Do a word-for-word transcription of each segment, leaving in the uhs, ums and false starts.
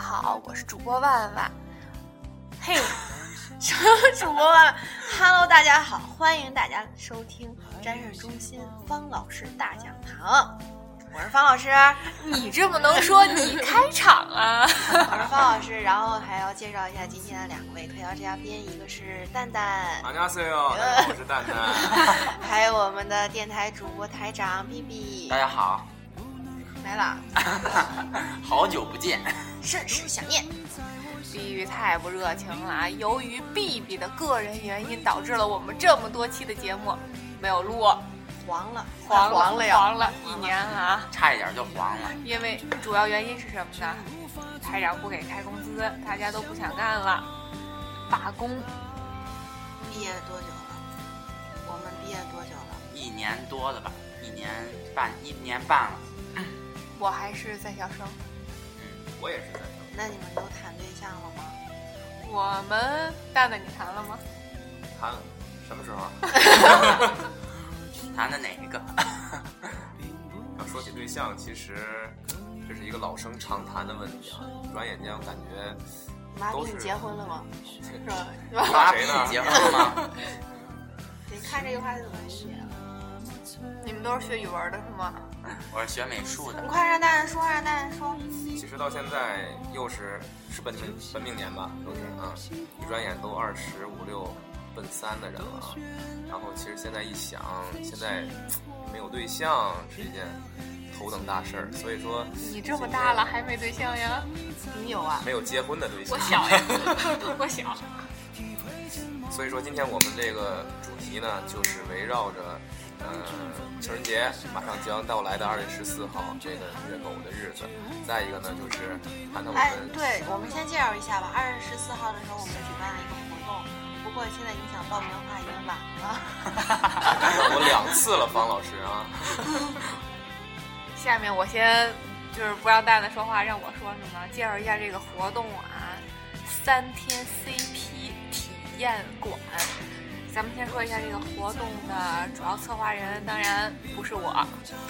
好，我是主播万万。嘿，主播万万 ，Hello， 大家好，欢迎大家收听占事中心方老师大讲堂。我是方老师， 你这么能说，你开场啊！ 我是方老师，然后还要介绍一下今天的两位特邀嘉宾，一个是蛋蛋， 大家好，我是蛋蛋， 还有我们的电台主播台长 B B。 大家好， 来了， 好久不见， 甚是想念。 B B 太不热情了啊！由于 B B 的个人原因，导致了我们这么多期的节目没有录。 黄了， 黄黄了呀， 黄了一年了啊， 差一点就黄了。 因为主要原因是什么呢？台长不给开工资，大家都不想干了，罢工。 毕业多久了？我们毕业多久了？ 一年多了吧，一年半，一年半了。 我还是在校生。 嗯，我也是在校生。 那你们都谈对象了吗？ 我们蛋蛋，你谈了吗？ 谈，什么时候？ 谈的哪一个？ 要说起对象，其实这是一个老生常谈的问题啊。转眼间，我感觉妈逼，你结婚了吗？是吧？ 妈逼，你结婚了吗？ 你看这句话是怎么理解？ 你们都是学语文的是吗？ 我是学美术的。 你快让大人说，让大人说。 其实到现在又是是本命本命年吧，都是啊，一转眼都二十五六。奔三的人了啊，然后其实现在一想，现在没有对象是一件头等大事儿，所以说你这么大了还没对象呀？ 你有啊？ 没有结婚的对象。 我小呀，我小。 所以说今天我们这个主题呢，就是围绕着呃情人节马上即将到来的二月十四号这个虐狗的日子，再一个呢就是谈谈我们。 哎，对，我们先介绍一下吧。二月十四号的时候，我们举办了一个活动。不过现在你想报名的话已经晚了。 我两次了，方老师啊。 下面我先就是不让蛋蛋说话，让我说什么？介绍一下这个活动啊，三天 C P 体验馆。咱们先说一下这个活动的主要策划人，当然不是我。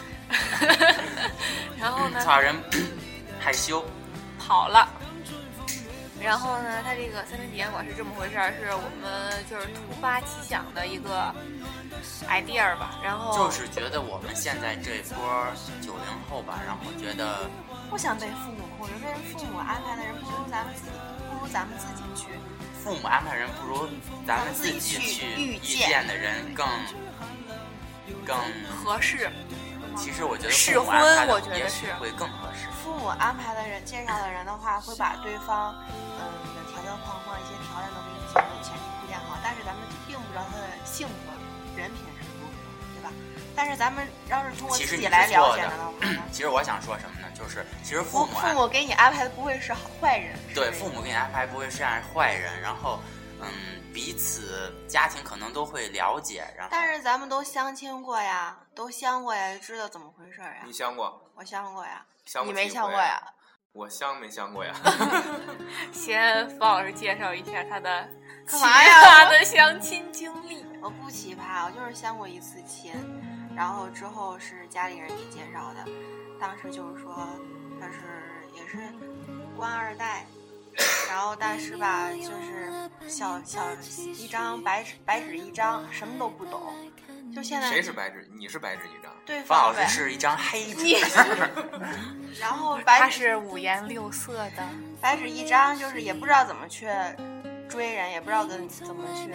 然后呢？ 策划人害羞跑了。然后呢，它这个三天体验馆是这么回事儿，是我们就是突发奇想的一个 idea 吧。然后就是觉得我们现在这波九零后吧，然后觉得不想被父母或者被父母安排的人，不如咱们自己，不如咱们自己去。 父母安排人不如咱们自己去遇见的人更更合适。 其实我觉得试婚，我觉得是会更合适。 父母安排的人、介绍的人的话，会把对方嗯的条条框框一些条件都给你前前期铺垫好，但是咱们并不知道他的性格、人品是如何，对吧？但是咱们要是通过自己来了解的话， 其实我想说什么呢？就是其实父母父母给你安排的不会是坏人， 对，父母给你安排不会是坏人，然后嗯，彼此家庭可能都会了解，然后但是咱们都相亲过呀，都相过呀，就知道怎么回事呀。 你相过？ 我相过呀。 相你没相过呀？ 我相没相过呀？ 先方老师介绍一下他的干嘛呀？ 他的相亲经历。 我不奇葩，我就是相过一次亲，然后之后是家里人给介绍的，当时就是说他是也是官二代。然后但是吧，就是小小一张白纸，白纸一张，什么都不懂。就现在谁是白纸？你是白纸一张。 对方老师是一张黑纸。 然后白他是五颜六色的， 白纸一张，就是也不知道怎么去追人，也不知道怎怎么去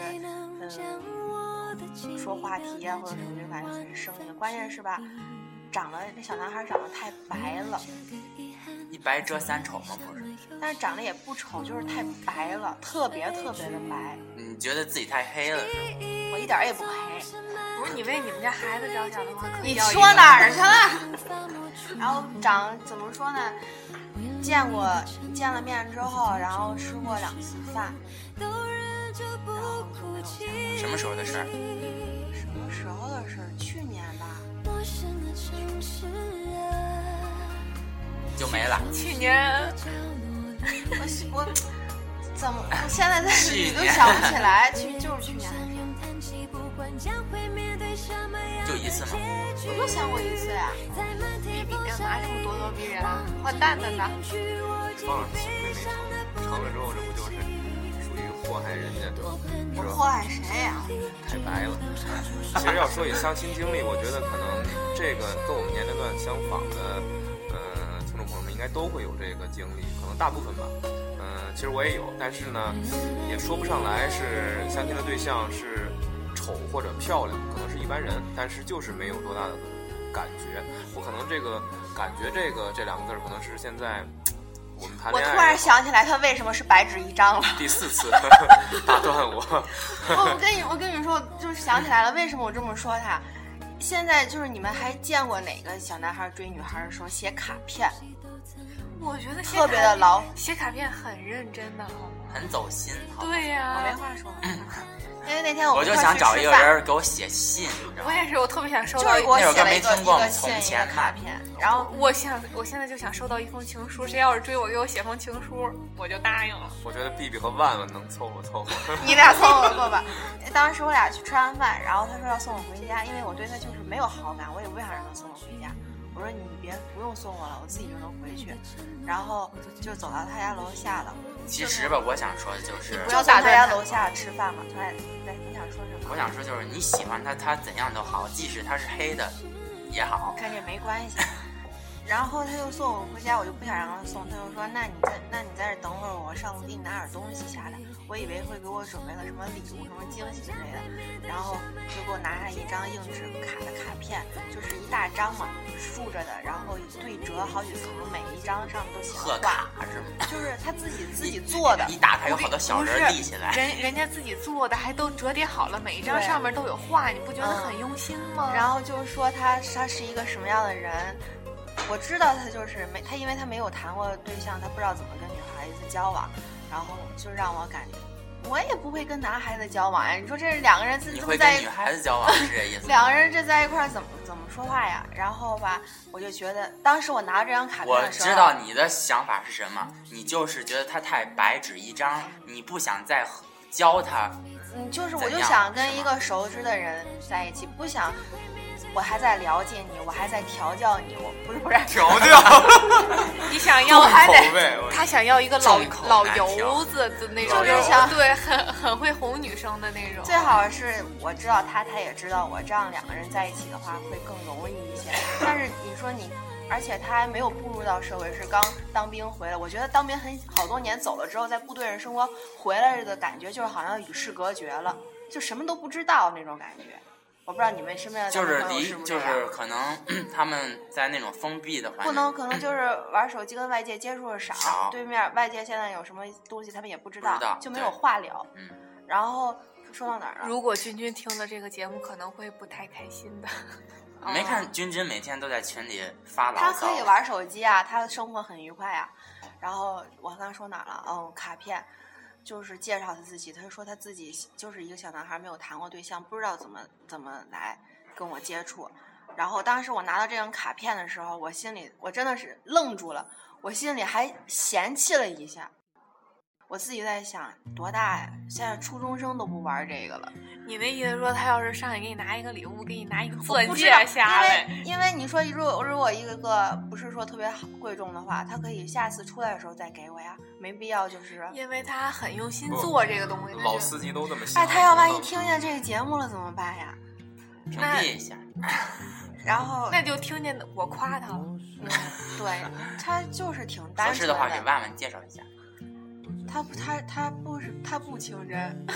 嗯说话题啊或者什么，就感觉很生硬。关键是吧，长得这小男孩长得太白了。 一白遮三丑吗？不是， 但是长得也不丑，就是太白了，特别特别的白。 你觉得自己太黑了是吗？ 我一点也不黑。 不是你为你们家孩子着想的话，可以你说哪儿去了？然后长怎么说呢？见过见了面之后，然后吃过两次饭。然后什么时候的事儿？ 什么时候的事儿？去年吧。 就没了。 去年， 我我怎么我现在在这里都想不起来，去就是去年还是。 就一次吗？ 我就想过一次呀。 比比干嘛这么咄咄逼人啊？换蛋蛋呢？ 放了幸亏没成，成了之后这不就是属于祸害人家， 我是吧？ 祸害谁呀？ 太白了。其实要说起相亲经历，我觉得可能这个跟我们年龄段相仿的，呃，听众朋友们应该都会有这个经历，可能大部分吧。嗯、呃，其实我也有，但是呢，也说不上来是相亲的对象是丑或者漂亮，可能是一般人，但是就是没有多大的感觉。我可能这个感觉这个这两个字可能是现在我们谈恋爱。 我突然想起来，他为什么是白纸一张了？ 第四次打断我。 我跟你我跟你说，我就是想起来了，为什么我这么说他？现在就是你们还见过哪个小男孩追女孩的时候写卡片？ 我觉得写特别的牢， 写卡片很认真的，好吗？ 很走心。 对呀、 我没话说。因为那天我我就想找一个人给我写信， 我也是，我特别想收到。 就是我写了一个那首歌没听过一个从信一前个卡片，然后我想，我现在就想收到一封情书。谁要是追我，给我写封情书，我就答应了。 我觉得 B B 和万万能凑合凑合。 你俩凑合过吧。当时我俩去吃完饭，然后他说要送我回家，因为我对他就是没有好感，我也不想让他送我回家。我说你别不用送我了，我自己就能回去。然后就走到他家楼下了。 其实吧，我想说的就是不要打他家楼下吃饭嘛。他对，你想说什么？ 我想说就是你喜欢他，他怎样都好，即使他是黑的也好， 跟这没关系。然后他就送我回家，我就不想让他送，他就说那你在那你在这等会儿，我上楼给你拿点东西下来。我以为会给我准备了什么礼物什么惊喜之类的，然后就给我拿下一张硬纸卡的卡片，就是一大张嘛，竖着的，然后对折好几层，每一张上面都写贺话， 卡是吗？ 就是他自己自己做的， 一打开有好多小人立起来， 人人家自己做的还都折叠好了，每一张上面都有画，你不觉得很用心吗？ 然后就是说他他是一个什么样的人。我知道他就是没他，因为他没有谈过对象，他不知道怎么跟女孩子交往，然后就让我感觉，我也不会跟男孩子交往呀。你说这两个人自己你会跟女孩子交往是这意思？ 两个人这在一块儿怎么怎么说话呀？然后吧，我就觉得当时我拿这张卡片的时候， 我知道你的想法是什么，你就是觉得他太白纸一张，你不想再教他。 嗯，就是我就想跟一个熟知的人在一起，不想。我还在了解你，我还在调教你，我不是不是调教。 你想要， 还得他想要一个老老油子的那种， 就是想对，很很会哄女生的那种。 最好是我知道他，他也知道我，这样两个人在一起的话会更容易一些。但是你说你，而且他还没有步入到社会，是刚当兵回来。我觉得当兵很好多年走了之后，在部队上生活回来的感觉就是好像与世隔绝了，就什么都不知道那种感觉。我不知道你们身边的就是离是不是就是可能他们在那种封闭的环境， 不能可能就是玩手机跟外界接触的少， 少对面外界现在有什么东西他们也不知道， 不知道就没有话聊。 嗯， 然后说到哪儿了？ 如果君君听了这个节目，可能会不太开心的。 没看君君每天都在群里发牢骚。 他可以玩手机啊，他的生活很愉快啊。然后我刚刚说哪儿了？哦，卡片。就是介绍他自己，他说他自己就是一个小男孩，没有谈过对象，不知道怎么怎么来跟我接触。然后当时我拿到这张卡片的时候，我心里我真的是愣住了，我心里还嫌弃了一下。我自己在想，多大呀？现在初中生都不玩这个了。 你那意思说，他要是上来给你拿一个礼物，给你拿一个钻戒下来， 因为因为你说如果如果一个个不是说特别好贵重的话，他可以下次出来的时候再给我呀，没必要就是因为他很用心做这个东西。 老司机都这么想。 哎，他要万一听见这个节目了怎么办呀？ 屏蔽一下。 然后那就听见我夸他了。 嗯，对，他就是挺单纯的。 合适的话给万万介绍一下。 他不，他他不是他不清真。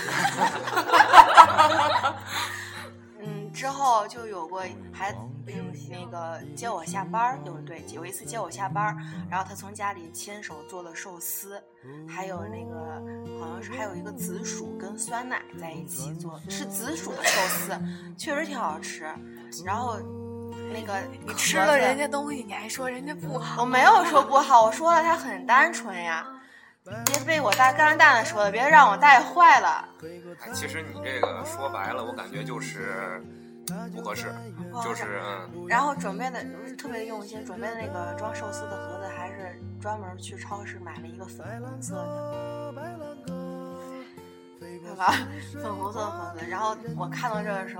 嗯，之后就有过还那个接我下班，有对有一次接我下班，然后他从家里亲手做了寿司，还有那个好像是还有一个紫薯跟酸奶在一起做，是紫薯的寿司，确实挺好吃。然后那个你吃了人家东西，你还说人家不好？ 我没有说不好，我说了他很单纯呀。别被我大干蛋的说的，别让我带坏了。 其实你这个说白了，我感觉就是不合适，就是嗯。 然后准备的特别用心，准备的那个装寿司的盒子，还是专门去超市买了一个粉红色的，对吧？粉红色的盒子。然后我看到这个时候，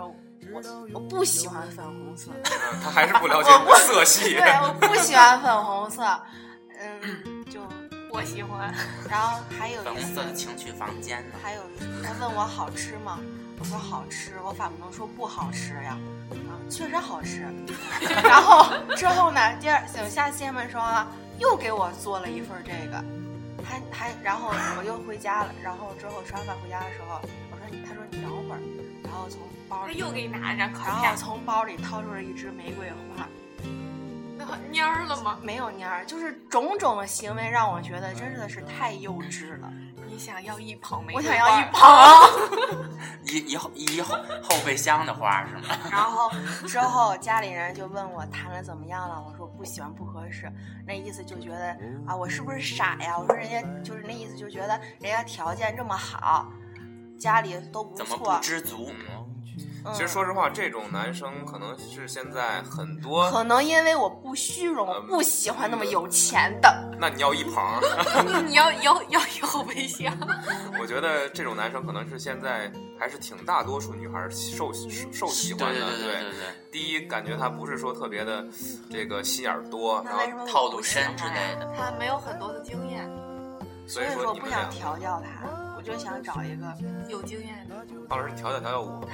我我不喜欢粉红色。 嗯，他还是不了解色系。 对，我不喜欢粉红色。嗯，就我喜欢。 然后还有粉红一次色的情趣房间呢。 还有他问我好吃吗？我说好吃，我咋不能说不好吃呀？啊，确实好吃。然后之后呢，第二等下次见面的时候啊，又给我做了一份这个，还还然后我又回家了，然后之后吃完饭回家的时候，我说他说你等会儿，然后从包里他又给你拿一张然卡片， 后从包里掏出了一支玫瑰花。 那蔫儿了吗？ 没有蔫儿，就是种种的行为让我觉得真的是太幼稚了。 你想要一捧玫我瑰花， 想要一捧。 一一后一后后备箱的花是吗？ 然后之后家里人就问我谈的怎么样了，我说不喜欢不合适，那意思就觉得啊我是不是傻呀？我说人家就是那意思就觉得人家条件这么好，家里都不错， 怎么不知足？ 嗯、 其实说实话，这种男生可能是现在很多， 可能因为我不虚荣，我不喜欢那么有钱的。 那你要一捧。 你要要要有后备箱。 我觉得这种男生可能是现在还是挺大多数女孩受受喜欢的。 对对对对对。 第一，感觉他不是说特别的这个心眼多，然后套路深之类的。 他没有很多的经验， 所以说说你们俩不想调教他，我就想找一个有经验的。 方老师调教调教我。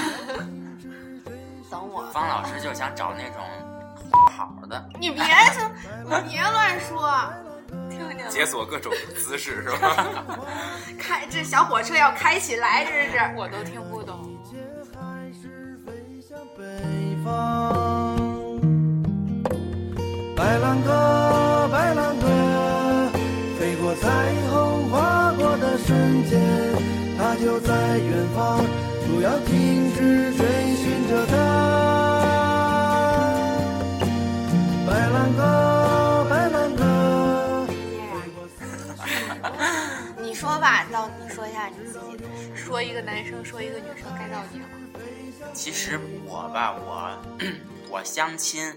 等我。 方老师就想找那种好的。 你别说，你别乱说。 听听。 解锁各种姿势是吧？ 开这小火车要开起来，这是我都听不懂。 白兰鸽，白兰鸽，飞过彩虹，划过的瞬间，它就在远方，不要停止追寻着它。白兰鸽，白兰鸽。 你说吧，到你说一下你自己的。 说一个男生，说一个女生，该到你了。 其实我吧，我我相亲。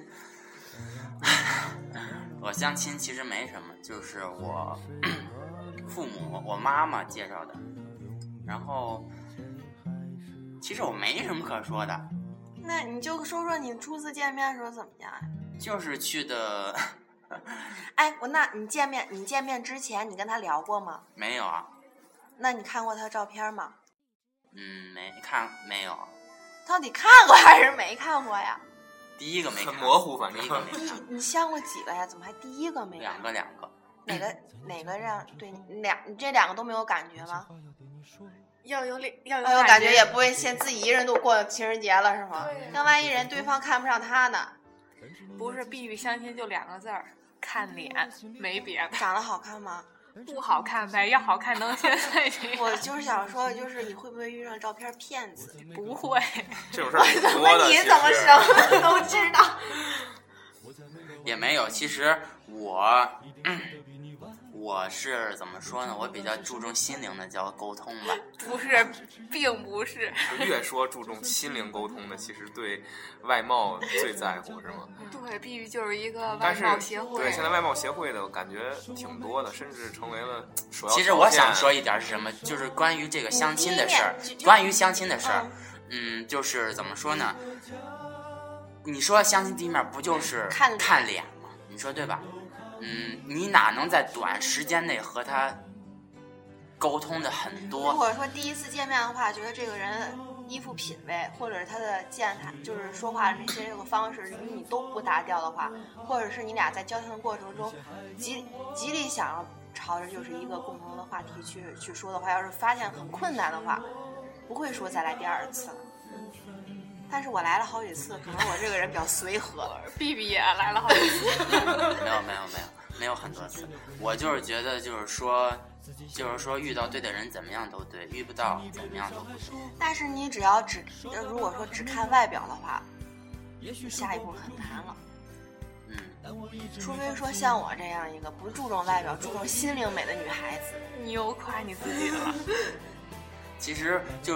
我相亲其实没什么，就是我父母我妈妈介绍的，然后其实我没什么可说的。 那你就说说你初次见面的时候怎么样？ 就是去的。 哎，我那你见面你见面之前你跟他聊过吗？ 没有啊。 那你看过他照片吗？ 嗯，没看，没有。 到底看过还是没看过呀？ 第一个没看， 很模糊，反正。 第一个没看。 你相过几个呀？怎么还第一个没看？ 两个，两个。 哪个哪个让对你两你这两个都没有感觉吗？ 要有要有要有感觉也不会先自己一人都过情人节了是吗？那万一人对方看不上他呢？ 不是，必须相亲就两个字儿，看脸，没别的。 长得好看吗？ 不好看呗，要好看能现在这样。 我就是想说，就是你会不会遇上照片骗子？ 不会， 这种事儿挺多的。 你怎么什么都知道？ 也没有，其实我、嗯、我是怎么说呢？我比较注重心灵的叫沟通吧。 不是，并不是。 越说注重心灵沟通的，其实对外貌最在乎，是吗？ 对，必须就是一个外貌协会。 对，现在外貌协会的我感觉挺多的，甚至成为了首要。 其实我想说一点是什么，就是关于这个相亲的事儿。关于相亲的事儿，嗯，就是怎么说呢？你说相亲第一面不就是看看脸吗？你说对吧？嗯，你哪能在短时间内和他沟通的很多？ 如果说第一次见面的话，觉得这个人衣服品味，或者是他的健谈，就是说话的这些这个方式与你都不搭调的话，或者是你俩在交谈的过程中极极力想要朝着就是一个共同的话题去去说的话，要是发现很困难的话，不会说再来第二次了。但是我来了好几次，可能我这个人比较随和。 B B 也来了好几次。 没有没有没有没有很多次，我就是觉得就是说，就是说遇到对的人怎么样都对，遇不到怎么样都不对。 但是你只要只如果说只看外表的话，下一步很难了。 嗯， 除非说像我这样一个不注重外表、注重心灵美的女孩子。 你又夸你自己了。 其实就是。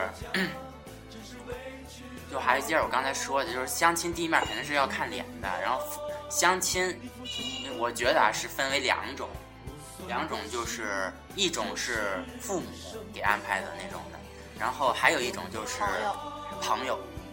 嗯就还是接着我刚才说的，就是相亲第一面肯定是要看脸的，然后相亲，我觉得啊是分为两种，两种就是一种是父母给安排的那种的，然后还有一种就是朋友，朋友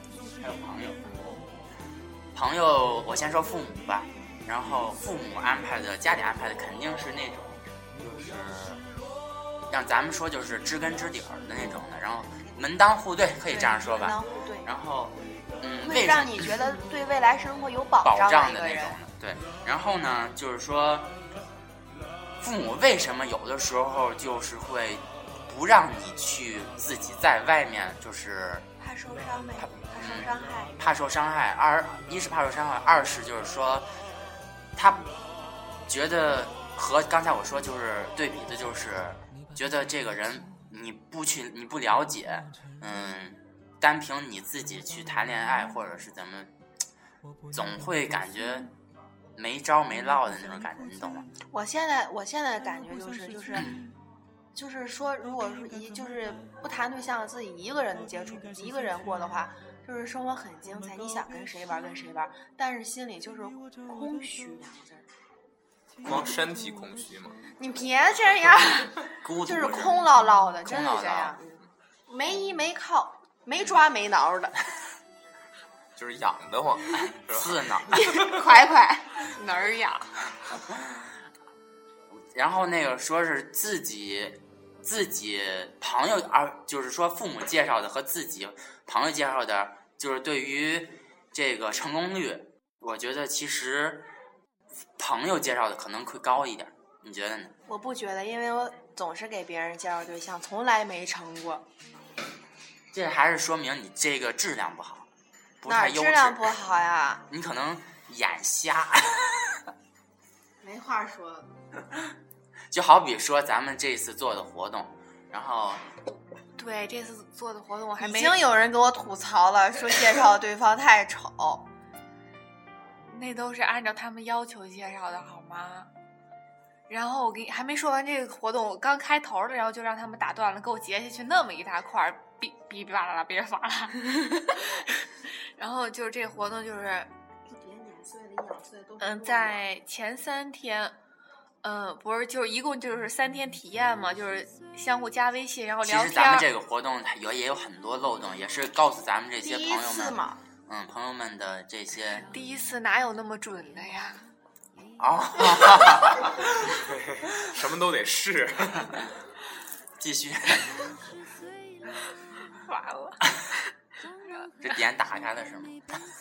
还有朋友。朋友，我先说父母吧。然后父母安排的，家里安排的肯定是那种，就是让咱们说就是知根知底儿的那种的。然后门当户对，可以这样说吧。 门当户对。 然后，嗯， 会让你觉得对未来生活有保保障的的那种的。对。然后呢，就是说，父母为什么有的时候就是会不让你去自己在外面，就是怕受伤呗，怕受伤害。 怕受伤害。二一是怕受伤害，二是就是说。他觉得和刚才我说就是对比的，就是觉得这个人你不去你不了解，嗯，单凭你自己去谈恋爱或者是怎么，总会感觉没招没落的那种感觉，你懂吗？ 我现在我现在的感觉就是就是就是说，如果说一就是不谈对象，自己一个人的接触，一个人过的话。就是生活很精彩，你想跟谁玩跟谁玩，但是心里就是空虚两个字。 光身体空虚吗？ 你别这样，就是空落落的，真是这样，没依没靠，没抓没挠的， 就是痒得慌， 刺挠， 快快哪儿痒？ 然后那个说是自己。自己朋友，而就是说父母介绍的和自己朋友介绍的，就是对于这个成功率，我觉得其实朋友介绍的可能会高一点，你觉得呢？ 我不觉得，因为我总是给别人介绍对象，从来没成过。 这还是说明你这个质量不好，不太优质。 哪质量不好呀？ 你可能眼瞎。 没话说。 就好比说咱们这次做的活动，然后对这次做的活动我还没已经有人给我吐槽了，说介绍对方太丑。 那都是按照他们要求介绍的好吗？然后我给还没说完这个活动，我刚开头了，然后就让他们打断了，给我截下去那么一大块，哔哔哔吧啦啦哔吧啦。然后就是这个活动就是， 一点点碎的，一咬碎都。 嗯，在前三天。嗯，不是，就是一共就是三天体验嘛，就是相互加微信，然后聊天。 其实咱们这个活动也也有很多漏洞，也是告诉咱们这些朋友们， 嘛嗯，朋友们的这些。 第一次哪有那么准的呀？ 哦， 什么都得试。 继续。 完了。 这点打开了是吗？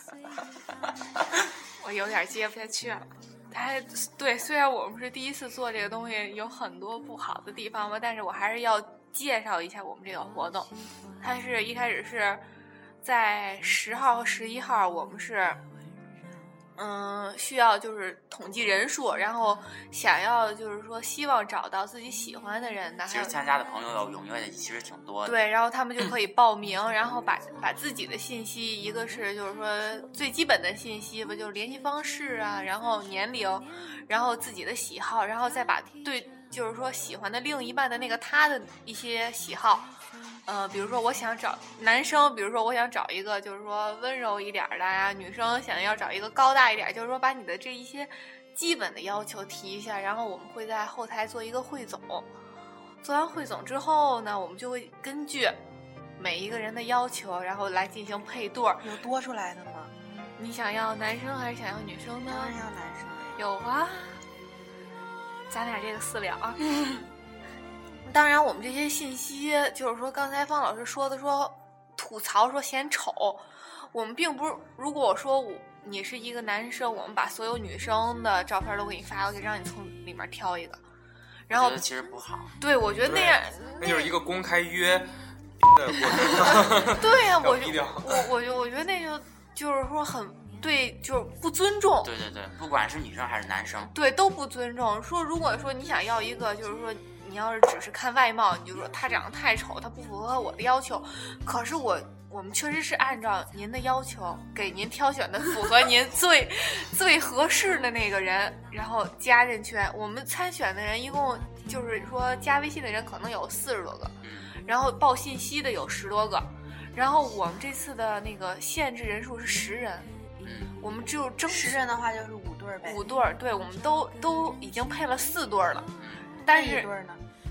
我有点接不下去了。还对，虽然我们是第一次做这个东西，有很多不好的地方吧，但是我还是要介绍一下我们这个活动。它是一开始是在十号和十一号，我们是嗯需要就是统计人数，然后想要就是说希望找到自己喜欢的人呢。 其实参加的朋友踊跃的其实挺多的。 对，然后他们就可以报名，然后把把自己的信息，一个是就是说最基本的信息吧，就是联系方式啊，然后年龄，然后自己的喜好，然后再把对就是说喜欢的另一半的那个他的一些喜好。呃，比如说我想找男生，比如说我想找一个就是说温柔一点的呀，女生想要找一个高大一点，就是说把你的这一些基本的要求提一下，然后我们会在后台做一个汇总。做完汇总之后呢，我们就会根据每一个人的要求，然后来进行配对儿。 有多出来的吗？ 你想要男生还是想要女生呢？ 当然要男生。 有啊，咱俩这个私聊啊。当然，我们这些信息就是说，刚才方老师说的说吐槽说嫌丑，我们并不是。如果我说我你是一个男生，我们把所有女生的照片都给你发过去，让你从里面挑一个。然后其实不好。 对，我觉得那样那就是一个公开约的过程。 对呀、啊，我就我我就我觉得那就就是说很。对，就是不尊重。 对对对，不管是女生还是男生， 对都不尊重。说如果说你想要一个，就是说你要是只是看外貌，你就说他长得太丑，他不符合我的要求。可是我我们确实是按照您的要求，给您挑选的符合您最最合适的那个人，然后加进去。我们参选的人一共就是说加微信的人可能有四十多个，然后报信息的有十多个，然后我们这次的那个限制人数是十人。我们只有争十人的话就是五对呗， 五对儿，对，我们都都已经配了四对儿了，但是一对呢，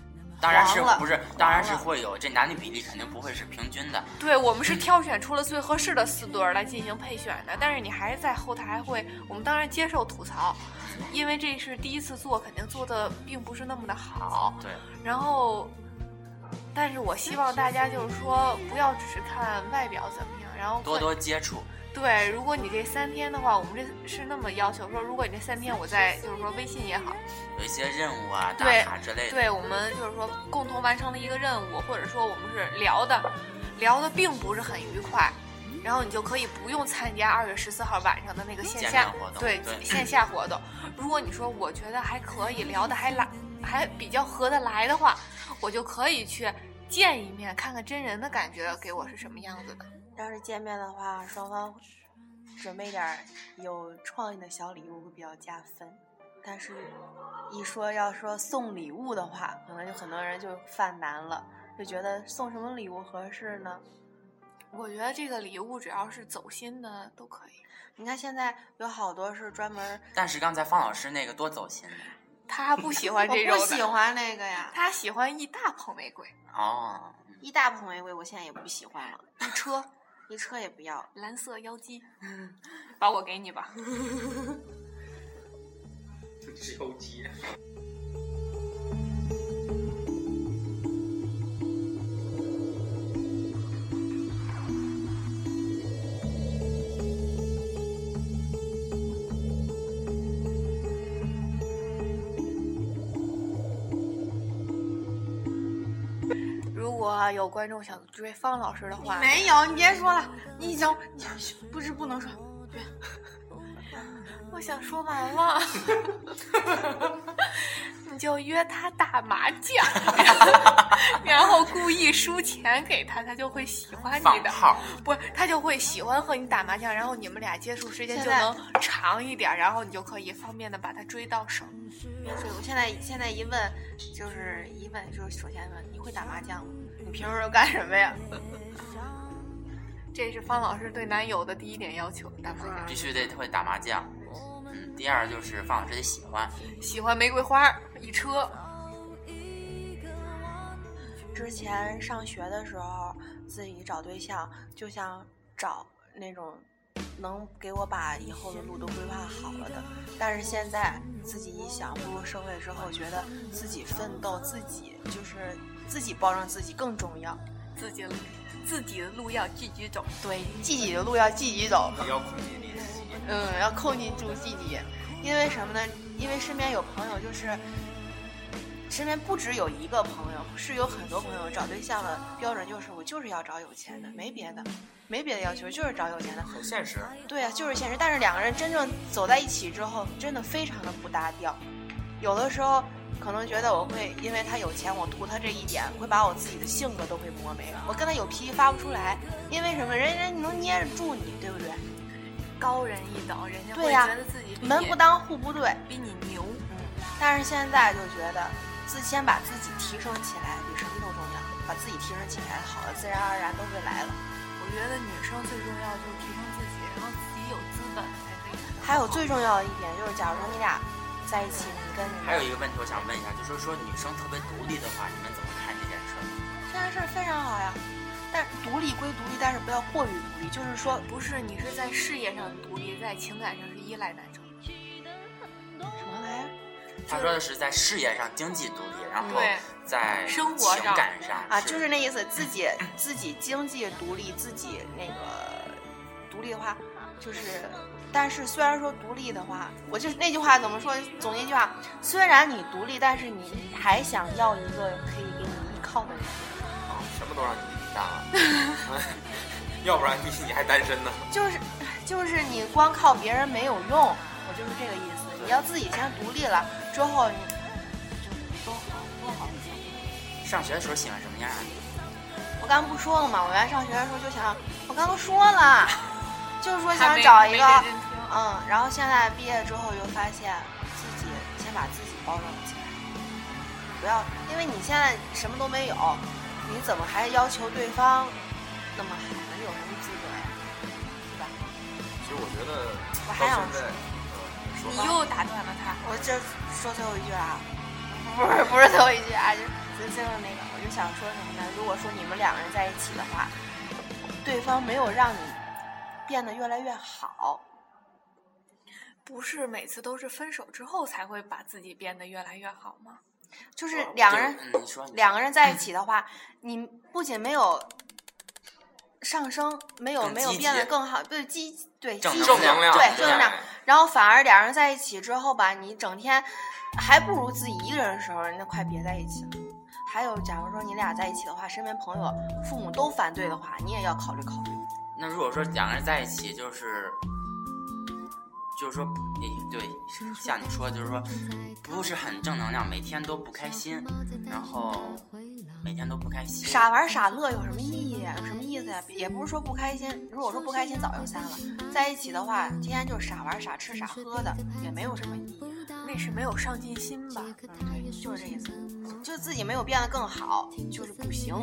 当然是黄了不是？当然是会有，这男女比例肯定不会是平均的。 对，我们是挑选出了最合适的四对儿来进行配选的，但是你还是在后台会，我们当然接受吐槽，因为这是第一次做，肯定做的并不是那么的好。 对， 然后，但是我希望大家就是说，不要只是看外表怎么样，然后多多接触。 对，如果你这三天的话，我们这是那么要求说，如果你这三天我在就是说微信也好， 有一些任务啊、打对卡之类的， 对我们就是说共同完成了一个任务，或者说我们是聊的，聊的并不是很愉快，然后你就可以不用参加二月十四号晚上的那个线下活动， 对, 对线下活动。如果你说我觉得还可以，聊的还来还比较合得来的话，我就可以去见一面，看看真人的感觉给我是什么样子的。 要是见面的话，双方准备点有创意的小礼物会比较加分。但是，一说要说送礼物的话，可能就很多人就犯难了，就觉得送什么礼物合适呢？ 我觉得这个礼物只要是走心的都可以。 你看现在有好多是专门， 但是刚才方老师那个多走心的， 他不喜欢这种的， 我不喜欢那个呀， 他喜欢一大捧玫瑰。 哦， 一大捧玫瑰，我现在也不喜欢了， 一车。 一车也不要， 蓝色妖姬，把我给你吧。 是妖姬。 如果有观众想追方老师的话， 没有，你别说了，你已经不是不能说，对， 我想说完了，你就约他打麻将，然后故意输钱给他，他就会喜欢你的。不，他就会喜欢和你打麻将，然后你们俩接触时间就能长一点，然后你就可以方便的把他追到手。 所以我现在现在一问，就是一问就是首先问你会打麻将吗？你平时都干什么呀？ 这是方老师对男友的第一点要求，打麻将必须得会打麻将。嗯，第二就是方老师得喜欢， 喜欢玫瑰花一车。 之前上学的时候，自己找对象就想找那种能给我把以后的路都规划好了的，但是现在自己一想，步入社会之后，觉得自己奋斗，自己就是自己包容自己更重要， 自己自己的路要自己走， 对，自己的路要自己走， 要控制力， 嗯，要控制住自己，因为什么呢？因为身边有朋友就是。身边不只有一个朋友，是有很多朋友找对象的标准就是我就是要找有钱的，没别的，没别的要求，就是找有钱的， 很现实。 对啊，就是现实。但是两个人真正走在一起之后，真的非常的不搭调。有的时候可能觉得我会因为他有钱，我图他这一点，会把我自己的性格都会磨没了。我跟他有脾气发不出来，因为什么？人人能捏得住你，对不对？ 高人一等，人家会对呀、 觉得自己门不当户不对， 比你牛。 嗯，但是现在就觉得。自先把自己提升起来，比什么都重要。把自己提升起来，好的自然而然都会来了。 我觉得女生最重要就是提升自己，然后自己有资本才可以。 还有最重要的一点就是，假如说你俩在一起，你跟你还有一个问题我想问一下，就是说女生特别独立的话，你们怎么看这件事？ 这件事非常好呀，但独立归独立，但是不要过于独立。就是说， 不是你是在事业上独立，在情感上是依赖男生。 什么来着？ 他说的是在事业上经济独立，然后在生活情感上啊，就是那意思，自己自己经济独立，自己那个独立的话，就是，但是虽然说独立的话，我就那句话怎么说？总结一句话，虽然你独立，但是你还想要一个可以给你依靠的人。 啊，什么都让你干了，要不然你你还单身呢。 就是就是你光靠别人没有用，我就是这个意思。你要自己先独立了，之后你就多好多好。 上学的时候喜欢什么样的？ 我刚不说了吗？我原来上学的时候就想，我刚都说了，就是说想找一个，嗯，然后现在毕业之后就发现自己先把自己包容起来，不要，因为你现在什么都没有，你怎么还要求对方那么好呢？有什么资格呀？对吧？ 其实我觉得我还想说。 你又打断了他， 我这说最后一句啊，不是不是最后一句啊，就所以最后那个，我就想说什么呢？如果说你们两个人在一起的话，对方没有让你变得越来越好， 不是每次都是分手之后才会把自己变得越来越好吗？ 就是两个人， 嗯、你说两个人在一起的话，你不仅没有上升，没有没有变得更好，对积对正积正能量， 对正能量，然后反而两人在一起之后吧，你整天还不如自己一个人的时候，那快别在一起了。还有，假如说你俩在一起的话，身边朋友、父母都反对的话，你也要考虑考虑。 那如果说两个人在一起，就是就是说，诶，对，像你说，就是说，不是很正能量，每天都不开心，然后每天都不开心， 傻玩傻乐有什么意义呀？有什么意思呀？也不是说不开心，如果说不开心早就散了。在一起的话，天天就是傻玩傻吃傻喝的，也没有什么意义。 那是没有上进心吧？ 嗯，对，就是这意思，就自己没有变得更好，就是不行。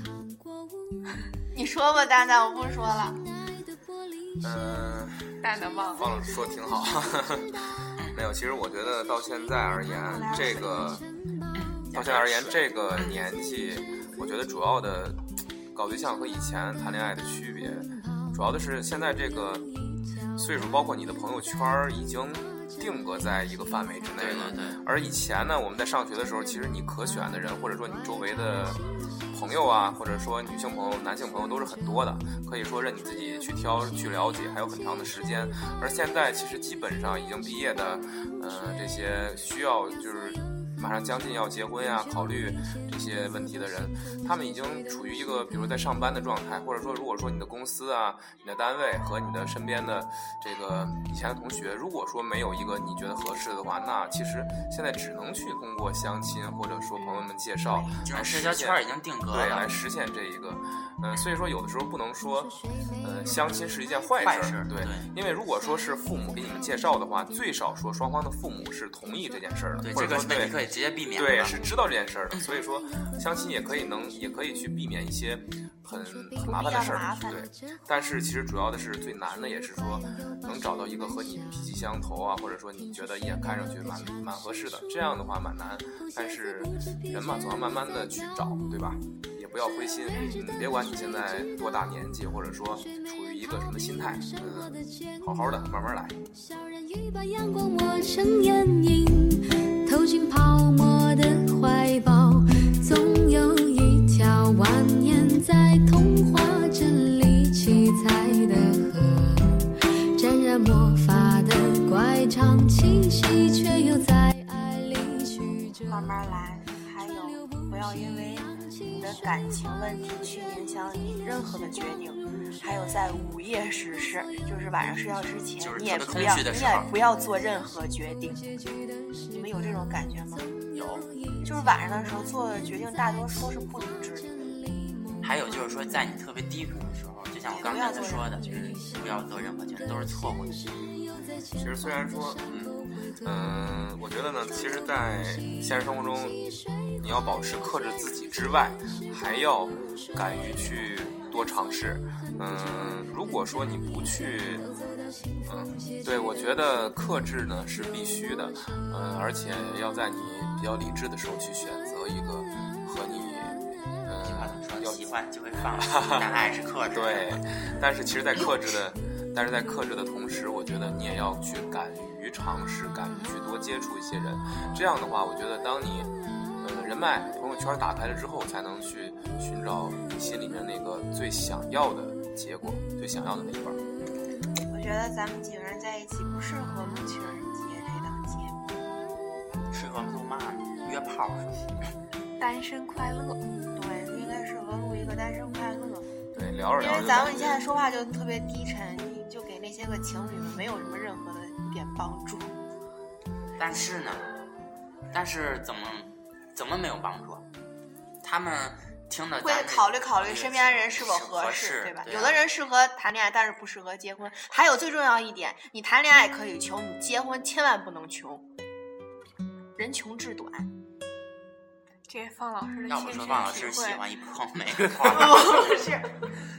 你说吧，蛋蛋，我不说了。 嗯、呃， 蛋蛋忘了。 忘了说挺好。没有，其实我觉得到现在而言，这个到现在而言这个年纪，我觉得主要的搞对象和以前谈恋爱的区别，主要的是现在这个岁数，包括你的朋友圈已经定格在一个范围之内了。 对对对。 而以前呢，我们在上学的时候，其实你可选的人，或者说你周围的朋友啊，或者说女性朋友、男性朋友都是很多的，可以说任你自己去挑、去了解，还有很长的时间。而现在其实基本上已经毕业的，呃，这些需要就是马上将近要结婚呀、考虑这些问题的人，他们已经处于一个比如在上班的状态，或者说如果说你的公司啊、你的单位和你的身边的这个以前的同学，如果说没有一个你觉得合适的话，那其实现在只能去通过相亲或者说朋友们介绍来社交圈已经定格了， 对，来实现这一个。嗯、呃，所以说有的时候不能说，呃，相亲是一件坏事， 坏事对， 对， 因为如果说是父母给你们介绍的话，最少说双方的父母是同意这件事儿的， 对， 或者说这个问题可以直接避免， 对，是知道这件事儿的，所以说相亲也可以能也可以去避免一些很很麻烦的事儿，对。但是其实主要的是最难的也是说能找到一个和你脾气相投啊，或者说你觉得一眼看上去蛮蛮合适的，这样的话蛮难。但是人嘛，总要慢慢的去找，对吧？也不要灰心，嗯，别管你现在多大年纪，或者说处于一个什么心态，嗯，好好的慢慢来。 小人鱼把阳光抹成眼影，投进泡沫的怀抱，总有一条蜿蜒在童话镇里七彩的河，沾染魔法的乖张气息，却又在爱里曲折。 慢慢来，还有不要因为你的感情问题去影响你任何的决定。还有在午夜时事，就是晚上睡觉之前， 就是你也不要，你也不要做任何决定。你们有这种感觉吗？ 有， 就是晚上的时候做的决定，大多数都是不理智的。 还有就是说，在你特别低谷的时候，就像我刚才说的，就是不要做任何决定，都是错误的。 其实虽然说，嗯嗯、呃，我觉得呢，其实，在现实生活中，你要保持克制自己之外，还要敢于去多尝试。嗯，如果说你不去，嗯，对，我觉得克制呢是必须的，嗯，而且要在你比较理智的时候去选择一个和你，嗯， 要喜欢就会放，但爱是克制。 对，但是其实，在克制的，但是在克制的同时，我觉得你也要去敢于尝试，敢于去多接触一些人。这样的话，我觉得当你，呃，人脉朋友圈打开了之后，才能去寻找你心里面那个最想要的结果，最想要的那一半。 我觉得咱们几个人在一起不适合录情人节这档节目， 适合录嘛约炮是吧？ 单身快乐， 对，应该适合录一个单身快乐。 对，聊着聊着， 因为咱们现在说话就特别低沉，你就给那些个情侣们没有什么任何的一点帮助。 但是呢，但是怎么怎么没有帮助？他们听的会考虑考虑身边的人是否合适，对吧？ 对啊、 有的人适合谈恋爱，但是不适合结婚。还有最重要一点，你谈恋爱可以穷，你结婚千万不能穷，人穷志短。 这是方老师的要不说方老师喜欢一泡玫瑰花， 不是，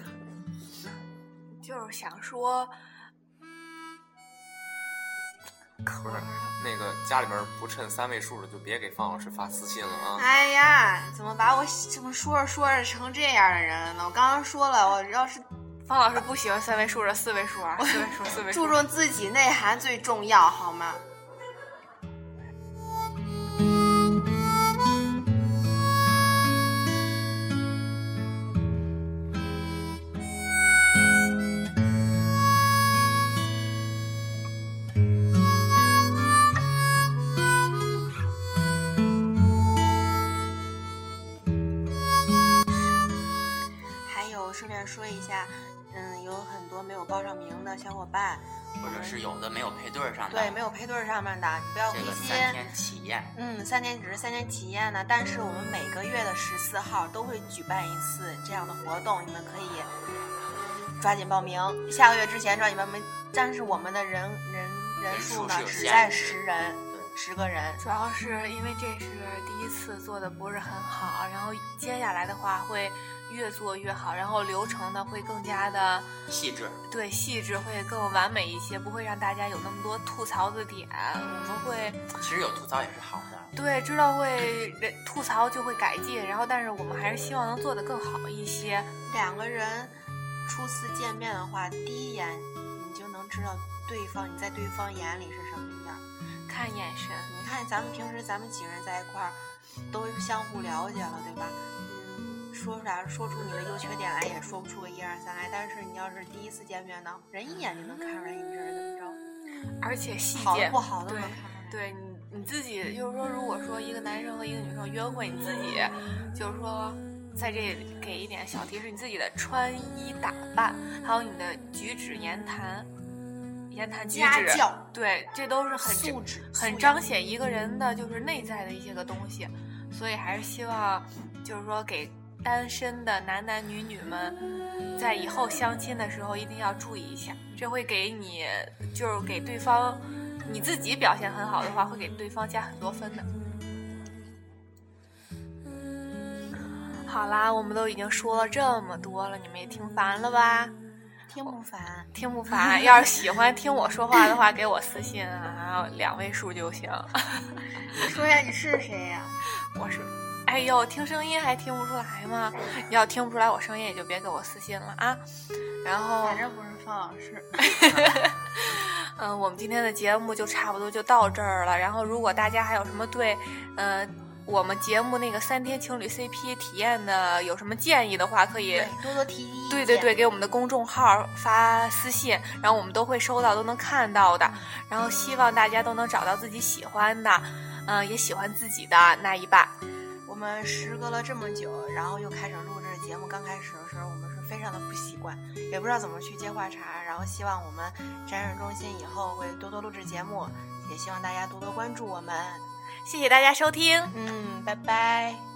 就是想说， 可不是那个家里面不趁三位数的就别给方老师发私信了啊！ 哎呀，怎么把我这么说着说着成这样的人了呢？我刚刚说了，我要是方老师不喜欢三位数的四位数啊，四位数四位数， 注重自己内涵最重要，好吗？顺便说一下，嗯，有很多没有报上名的小伙伴， 或者是有的没有配对上的， 对，没有配对上面的，你不要灰这个心。 三天体验， 嗯，三天只是三天体验呢，但是我们每个月的十四号都会举办一次这样的活动，你们可以抓紧报名，下个月之前抓紧报名。但是我们的人人人数呢，只在十人。十个人， 主要是因为这是第一次做的不是很好，然后接下来的话会越做越好，然后流程呢会更加的细致， 对，细致会更完美一些，不会让大家有那么多吐槽的点。我们会其实有吐槽也是好的， 对，知道会吐槽就会改进，然后但是我们还是希望能做得更好一些。 两个人初次见面的话，第一眼你就能知道对方你在对方眼里是什么样。 看眼神， 你看咱们平时咱们几个人在一块儿，都相互了解了，对吧？嗯，说出来说出你的优缺点来，也说不出个一二三来。但是你要是第一次见面呢，人一眼就能看出来你这人怎么着， 而且细节好的不好的对能看出来。 对你你自己就是说，如果说一个男生和一个女生约会，你自己就是说。在这里给一点小提示，你自己的穿衣打扮，还有你的举止言谈。言谈举止， 家教， 对，这都是很素质， 很彰显一个人的就是内在的一些个东西，所以还是希望，就是说给单身的男男女女们，在以后相亲的时候一定要注意一下，这会给你，就是给对方，你自己表现很好的话，会给对方加很多分的。好啦，我们都已经说了这么多了，你们也听烦了吧？ 听不烦， 听不烦。要是喜欢听我说话的话，给我私信啊，两位数就行。 你说一下你是谁呀？ 我是，哎呦，听声音还听不出来吗？你要听不出来我声音，也就别给我私信了啊。然后， 反正不是方老师。 嗯，我们今天的节目就差不多就到这儿了。然后，如果大家还有什么对，呃。我们节目那个三天情侣 C P 体验的有什么建议的话，可以多多提意见。 对对对，给我们的公众号发私信，然后我们都会收到，都能看到的。然后希望大家都能找到自己喜欢的，嗯、呃，也喜欢自己的那一半。 我们时隔了这么久，然后又开始录制节目，刚开始的时候我们是非常的不习惯，也不知道怎么去接话茬。然后希望我们展示中心以后会多多录制节目，也希望大家多多关注我们。 谢谢大家收听， 嗯，拜拜。